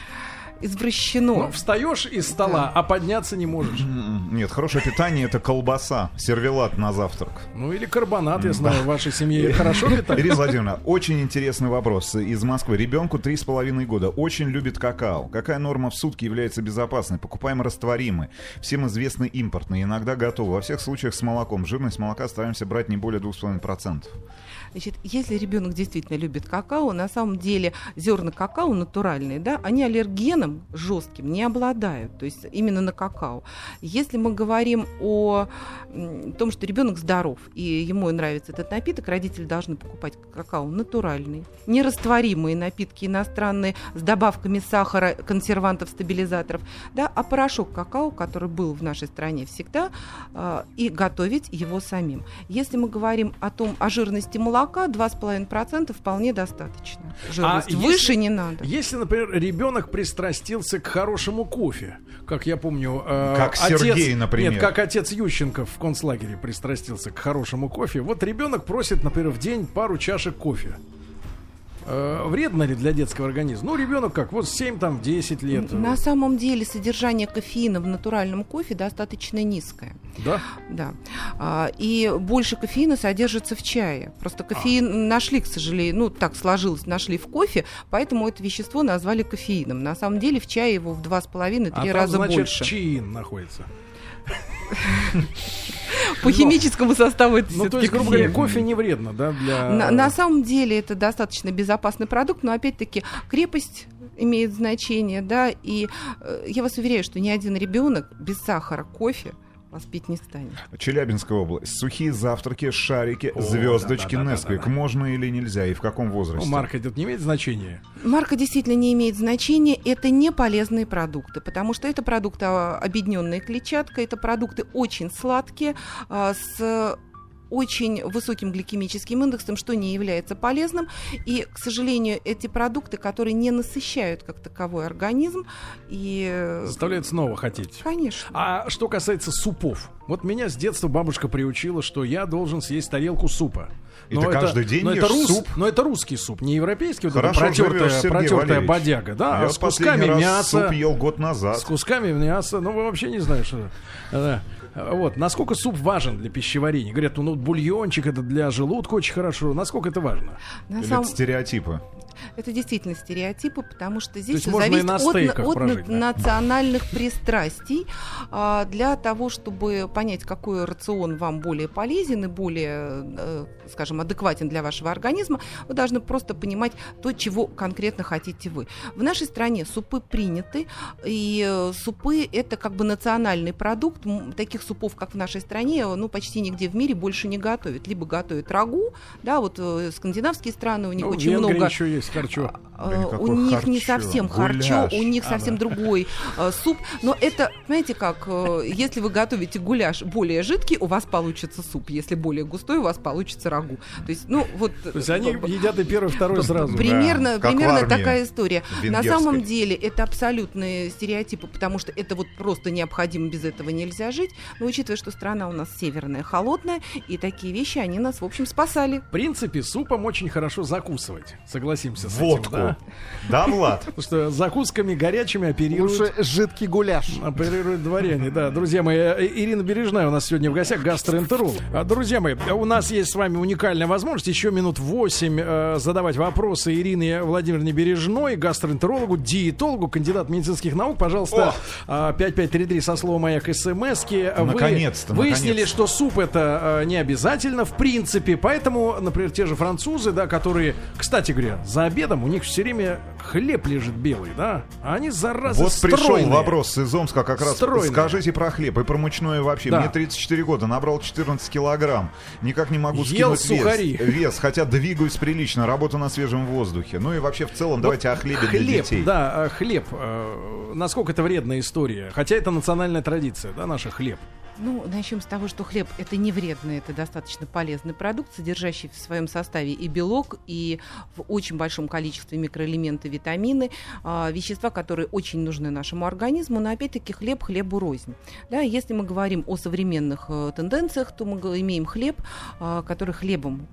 извращено. Ну, встаешь из стола, Да. а подняться не можешь. Нет, хорошее питание — это колбаса, сервелат на завтрак. Ну или карбонат, я знаю, в вашей семье хорошо питают. Ирина Владимировна, очень интересный вопрос из Москвы. Ребенку три с половиной года, очень любит какао. Какая норма в сутки является безопасной? Покупаем растворимый, всем известный импортный, иногда готовый. Во всех случаях с молоком. Жирность молока стараемся брать не более двух с половиной процентов. Значит, если ребенок действительно любит какао, на самом деле зерна какао натуральные, да, они аллергеном жестким не обладают, то есть именно на какао. Если мы говорим о м, том, что ребенок здоров и ему нравится этот напиток, родители должны покупать какао натуральный, нерастворимые напитки иностранные с добавками сахара, консервантов, стабилизаторов, да, а порошок какао, который был в нашей стране всегда, э, и готовить его самим. Если мы говорим о том, о жирности молока, два с половиной процента вполне достаточно. Жирность А выше если- не надо. Если, например, ребенок пристрастился к хорошему кофе, как я помню, э, Как отец, Сергей, например. Нет, как отец Ющенко в концлагере пристрастился к хорошему кофе. Вот ребенок просит, например, в день пару чашек кофе. Э, вредно ли для детского организма? Ну, ребенок как, вот семь, там, десять лет. На самом деле содержание кофеина в натуральном кофе достаточно низкое. Да? Да. А, и больше кофеина содержится в чае. Просто кофеин нашли, к сожалению, ну так сложилось, нашли в кофе, поэтому это вещество назвали кофеином. На самом деле в чае его в два с половиной-три А там, раза значит, больше. чаин находится. По химическому составу это Ну, то всё-таки есть, грубо говоря, кофеин. кофе не вредно, да, для... На, на самом деле это достаточно безопасный продукт, но опять-таки крепость имеет значение, да, и э, я вас уверяю, что ни один ребенок без сахара кофе вас пить не станет. Челябинская область. Сухие завтраки, шарики, О, звездочки, да-да-да-да-да. Несквик. Можно или нельзя? И в каком Ну, возрасте? марка это не имеет значения. Марка действительно не имеет значения, это не полезные продукты, потому что это продукты, а, объединенные клетчаткой, это продукты очень сладкие, а, с очень высоким гликемическим индексом, что не является полезным. И, к сожалению, эти продукты, которые не насыщают как таковой организм, и... Заставляет снова хотеть. Конечно. А что касается супов. Вот меня с детства бабушка приучила, что я должен съесть тарелку супа. И ты каждый день но ешь это рус- суп? Но это русский суп, не европейский, вот Хорошо это живешь, протертая, Сергей протертая Валерьевич. бодяга, да, Я а с кусками последний раз мяса. суп ел год назад. С кусками мяса, ну вы вообще не знаете, что. Да. Вот, насколько суп важен для пищеварения? Говорят, ну, бульончик это для желудка очень хорошо. Насколько это важно? На Или самом- это стереотипы? Это действительно стереотипы, потому что здесь есть всё можно и зависит на от, стейках от прожить, да? национальных пристрастий. А, для того, чтобы понять, какой рацион вам более полезен и более, э, скажем, адекватен для вашего организма, вы должны просто понимать то, чего конкретно хотите вы. В нашей стране супы приняты, и э, супы — это как бы национальный продукт. М, Таких супов, как в нашей стране, ну, почти нигде в мире больше не готовят. Либо готовят рагу, да, вот э, скандинавские страны, у них Ну, в очень Венгрии много... еще есть харчо. А, Блин, у какой них не харчо, совсем гуляш. харчо, у них А, совсем да. другой э, суп. Но это, знаете как, э, если вы готовите гуляш более жидкий, у вас получится суп. Если более густой, у вас получится рагу. То есть, ну, вот... То есть они едят и первый, и второй сразу. Примерно, Да, как в примерно армии такая история. На венгерской. самом деле это абсолютные стереотипы, потому что это вот просто необходимо, без этого нельзя жить. Но учитывая, что страна у нас северная, холодная, и такие вещи, они нас, в общем, спасали. В принципе, супом очень хорошо закусывать. Согласимся с Водку. этим, да? Да, Влад? Потому что закусками горячими оперируют... Лучше жидкий гуляш. Оперируют дворяне, да. Друзья мои, э, Ирина Бережная у нас сегодня в гостях, гастроэнтеролог. А, Друзья мои, у нас есть с вами уникальная возможность еще минут восемь э, задавать вопросы Ирине Владимировне Бережной, гастроэнтерологу, диетологу, кандидат медицинских наук. Пожалуйста, э, пять пять три три со словом «Маяк» смски. Вы Наконец-то, выяснили, наконец-то. что суп это э, не обязательно, в принципе. Поэтому, например, те же французы, да, которые, кстати говоря, за обедом у них все время хлеб лежит белый, да? А они, заразы, Вот пришел стройные. вопрос из Омска как раз. Стройные. Скажите про хлеб и про мучное вообще. Да. Мне тридцать четыре года, набрал четырнадцать килограмм. Никак не могу Ел скинуть сухари. вес. Вес, хотя двигаюсь прилично, работаю на свежем воздухе. Ну и вообще в целом давайте о хлебе Хлеб, для детей. да, э, хлеб. э, Насколько это вредная история? Хотя это национальная традиция, да, наша хлеб. Ну, начнем с того, что хлеб — это не вредный, это достаточно полезный продукт, содержащий в своем составе и белок, и в очень большом количестве микроэлементы, витамины, а, вещества, которые очень нужны нашему организму. Но опять-таки хлеб хлебу рознь. Да, если мы говорим о современных э, тенденциях, то мы г- имеем хлеб, а, который хлебом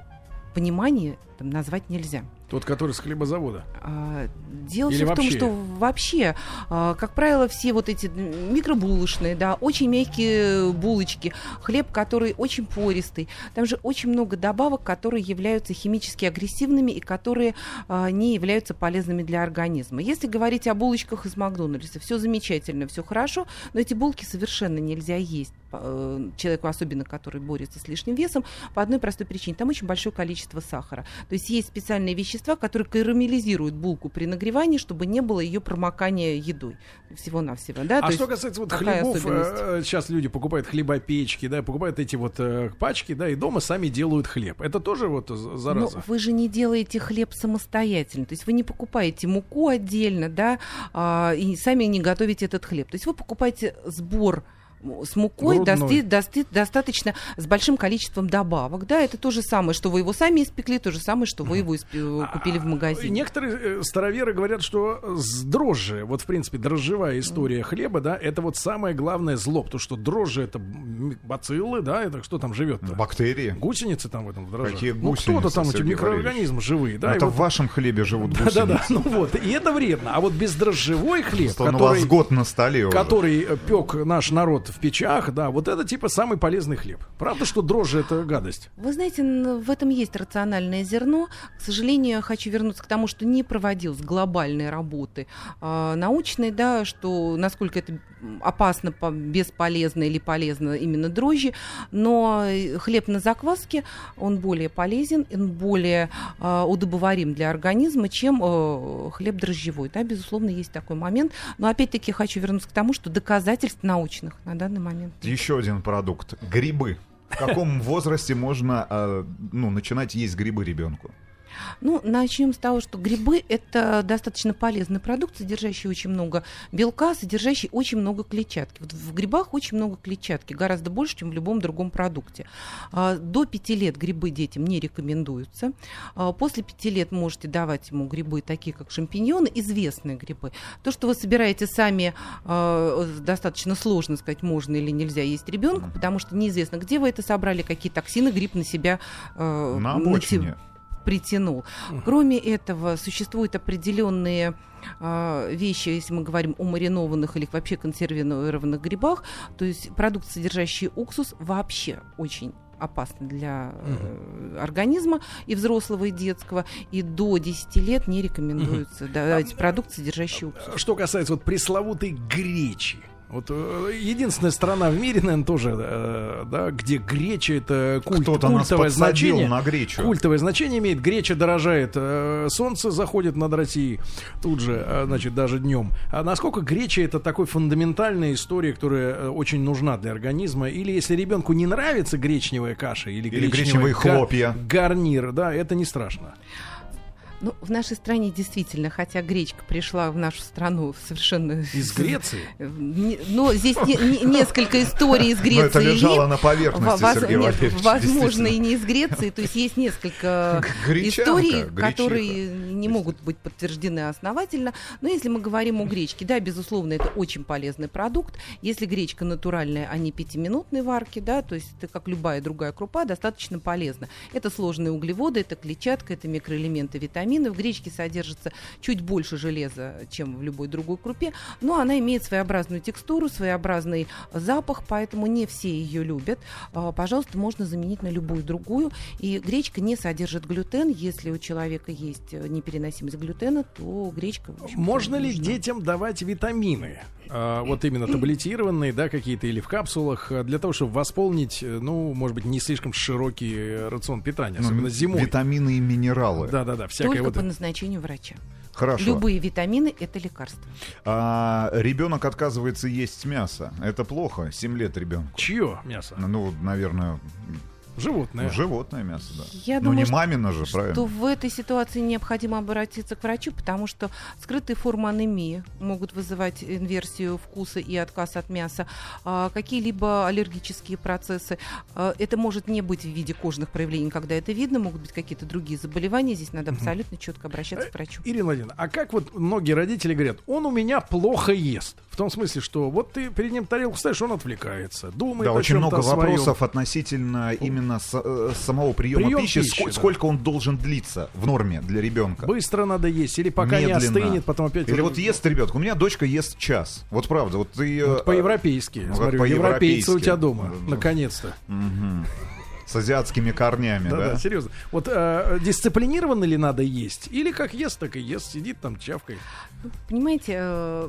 в понимании там, назвать нельзя. Тот, который с хлебозавода. А, Дело Или все в том, вообще? что вообще, а, как правило, все вот эти микробулочные, да, очень мягкие булочки, хлеб, который очень пористый, там же очень много добавок, которые являются химически агрессивными и которые а, не являются полезными для организма. Если говорить о булочках из Макдональдса, все замечательно, все хорошо, но эти булки совершенно нельзя есть э, человеку, особенно который борется с лишним весом, по одной простой причине. Там очень большое количество сахара. То есть есть специальные вещества, которые карамелизируют булку при нагревании, чтобы не было ее промокания едой. Всего-навсего. Да? А То что есть касается вот такая хлебов, особенность. э, сейчас люди покупают хлебопечки, да, покупают эти вот э, пачки, да, и дома сами делают хлеб. Это тоже вот з- Но зараза. вы же не делаете хлеб самостоятельно. То есть вы не покупаете муку отдельно, да, а, и сами не готовите этот хлеб. То есть вы покупаете сбор с мукой Грудной. дости- дости- достаточно с большим количеством добавок. Да, это то же самое, что вы его сами испекли, то же самое, что вы его испе- купили в А, магазине. Некоторые э, староверы говорят, что с дрожжи, вот в принципе дрожжевая история хлеба, да, это вот самое главное зло, потому что дрожжи это м, бациллы, да, это что там живет-то? Бактерии. Гусеницы там в этом в дрожжах. Какие Ну кто-то гусеницы, там, эти Сергей микроорганизмы живые, да. и Это вот- в вашем хлебе живут гусеницы. Да-да-да, ну вот, и это вредно. А вот бездрожжевой хлеб, Что он у вас который, год на столе уже. который э, пек наш народ в печах, да, вот это типа самый полезный хлеб. Правда, что дрожжи это гадость? Вы знаете, н- в этом есть рациональное зерно. К сожалению, я хочу вернуться к тому, что не проводилась глобальной работы а, научной, да, что насколько это опасно, по- бесполезно или полезно именно дрожжи, но э, хлеб на закваске, он более полезен, он более а, удобоварим для организма, чем э, хлеб дрожжевой. Да, безусловно, есть такой момент. Но опять-таки хочу вернуться к тому, что доказательств научных на данный момент нет. Еще один продукт. Грибы. В каком возрасте можно э, ну, начинать есть грибы ребенку? Ну, начнем с того, что грибы — это достаточно полезный продукт, содержащий очень много белка, содержащий очень много клетчатки. Вот в грибах очень много клетчатки, гораздо больше, чем в любом другом продукте. А, До пяти лет грибы детям не рекомендуются. А, После пяти лет можете давать ему грибы, такие как шампиньоны, известные грибы. То, что вы собираете сами, а, достаточно сложно сказать, можно или нельзя есть ребенку, потому что неизвестно, где вы это собрали, какие токсины гриб на себя а, На нате- обочине. притянул. Кроме этого, существуют определенные вещи, если мы говорим о маринованных или вообще консервированных грибах, то есть продукты, содержащие уксус, вообще очень опасны для э, организма и взрослого, и детского, и до десяти лет не рекомендуется uh-huh. давать продукты, содержащие уксус. Что касается вот пресловутой гречи, вот э, единственная страна в мире, наверное, тоже, э, да, где греча это культ, культовое значение. На гречу. Культовое значение имеет. Греча дорожает, э, солнце заходит над Россией тут же, э, значит, даже днем. А насколько греча это такой фундаментальная история, которая э, очень нужна для организма? Или если ребенку не нравится гречневая каша или, или гречневые хлопья, гарнир, да, это не страшно. Ну, в нашей стране действительно, хотя гречка пришла в нашу страну совершенно... Из Греции? Но здесь не, не, несколько историй из Греции. Но это лежало на поверхности, Воз, Сергей нет, Валерьевич. Возможно, и не из Греции. То есть есть несколько историй, которые не могут быть подтверждены основательно. Но если мы говорим о гречке, да, безусловно, это очень полезный продукт. Если гречка натуральная, а не пятиминутной варки, да, то есть это как любая другая крупа, достаточно полезна. Это сложные углеводы, это клетчатка, это микроэлементы, витамины. В гречке содержится чуть больше железа, чем в любой другой крупе, но она имеет своеобразную текстуру, своеобразный запах, поэтому не все ее любят. Пожалуйста, можно заменить на любую другую. И гречка не содержит глютен. Если у человека есть непереносимость глютена, то гречка... Можно ли нужна. Детям давать витамины? А, вот именно таблетированные, да, какие-то или в капсулах, для того, чтобы восполнить, ну, может быть, не слишком широкий рацион питания, особенно ну, зимой. Витамины и минералы. Да-да-да, всякое. Только вот по назначению врача. Хорошо. Любые витамины — это лекарства. А, ребенок отказывается есть мясо. Это плохо. семь лет ребенку. Чье мясо? Ну, наверное... Животное. Ну, животное мясо, да. Я ну, думаю, не мамино же, что правильно? Что в этой ситуации необходимо обратиться к врачу, потому что скрытые формы анемии могут вызывать инверсию вкуса и отказ от мяса, а, какие-либо аллергические процессы. А, это может не быть в виде кожных проявлений, когда это видно, могут быть какие-то другие заболевания. Здесь надо абсолютно четко обращаться к врачу. Ирина Владимировна, а как вот многие родители говорят, он у меня плохо ест? В том смысле, что вот ты перед ним тарелку ставишь, он отвлекается, думает да, о очень много своем. вопросов относительно именно с, э, самого приема Прием пищи, пищи ск- да. сколько он должен длиться в норме для ребенка. Быстро надо есть, или пока медленно. Не остынет, потом опять... Или вот ест ребенок. У меня дочка ест час. Вот правда. Вот ты, вот по-европейски. Вот смотрю, европейцы у тебя дома, наконец-то. Угу. С азиатскими корнями, да? Да, да, серьезно. Вот э, дисциплинированно ли надо есть? Или как ест, так и ест, сидит там, чавкой? Ну, понимаете, э,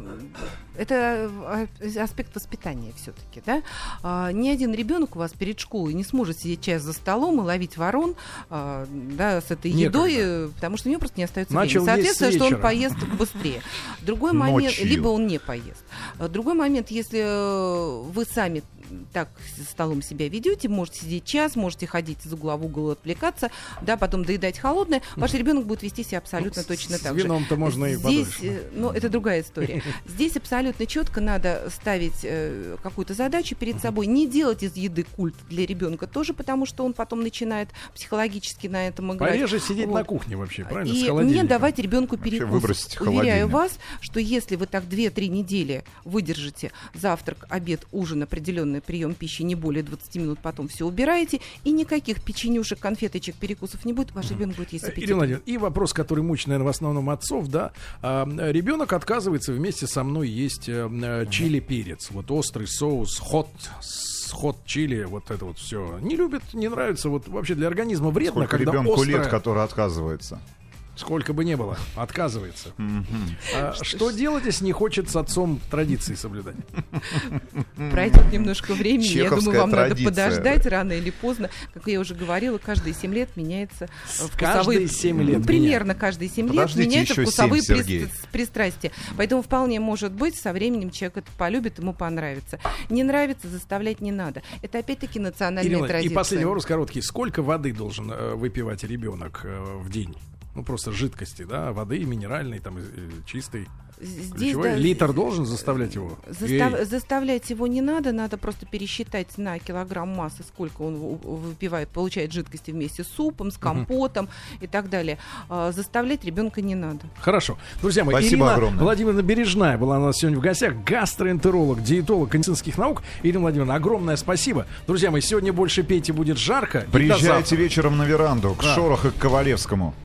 это аспект воспитания все-таки, да? Э, ни один ребенок у вас перед школой не сможет сидеть час за столом и ловить ворон, э, да, с этой Некогда. едой, потому что у него просто не остается Начал времени. Соответственно, что он поест быстрее. Другой момент, Ночью. либо он не поест. Другой момент, если вы сами так за столом себя ведете, можете сидеть час, можете ходить из угла в угол, отвлекаться, да, потом доедать холодное, ваш ребенок будет вести себя абсолютно ну, точно с так же. С вином-то можно и Здесь, подольше. ну, это другая история. Здесь абсолютно четко надо ставить э, какую-то задачу перед собой, не делать из еды культ для ребенка тоже, потому что он потом начинает психологически на этом играть. Пореже сидеть вот. На кухне вообще, правильно? И не давать ребенку перекус. Уверяю вас, что если вы так две-три недели выдержите завтрак, обед, ужин, определенный прием пищи, не более двадцати минут, потом все убираете, и никаких печенюшек, конфеточек, перекусов не будет, ваш ребенок будет есть аппетитно. Ирина Владимировна, и вопрос, который мучит, наверное, в основном отцов, да, а, ребенок отказывается вместе со мной есть а, чили-перец, вот острый соус, хот, хот чили, вот это вот все. Не любит, не нравится, вот вообще для организма вредно, сколько когда ребенку острое... лет, который отказывается? Сколько бы ни было, отказывается. А, что делать, если не хочет с отцом традиции соблюдать? Пройдет немножко времени. Чеховская Я думаю, вам традиция. Надо подождать рано или поздно. Как я уже говорила, каждые семь лет меняются вкусовые... Каждые семь лет ну, примерно каждые семь лет Подождите меняются еще вкусовые семь, прист- Сергей. пристрастия. Поэтому вполне может быть, со временем человек это полюбит, ему понравится. Не нравится, заставлять не надо. Это опять-таки национальная Ирина, традиция. и последний вопрос короткий. Сколько воды должен э, выпивать ребенок э, в день? Ну, просто жидкости, да, воды минеральной, там, э, чистой. Здесь, да, литр должен заставлять его? Застав, заставлять его не надо, надо просто пересчитать на килограмм массы, сколько он выпивает, получает жидкости вместе с супом, с компотом uh-huh. и так далее. А, заставлять ребенка не надо. Хорошо. Друзья мои, спасибо Ирина огромное. Владимировна Бережная была у нас сегодня в гостях, гастроэнтеролог, диетолог медицинских наук. Ирина Владимировна, огромное спасибо. Друзья мои, сегодня больше пейте, будет жарко. Приезжайте вечером на веранду к да. Шорох и к Ковалевскому.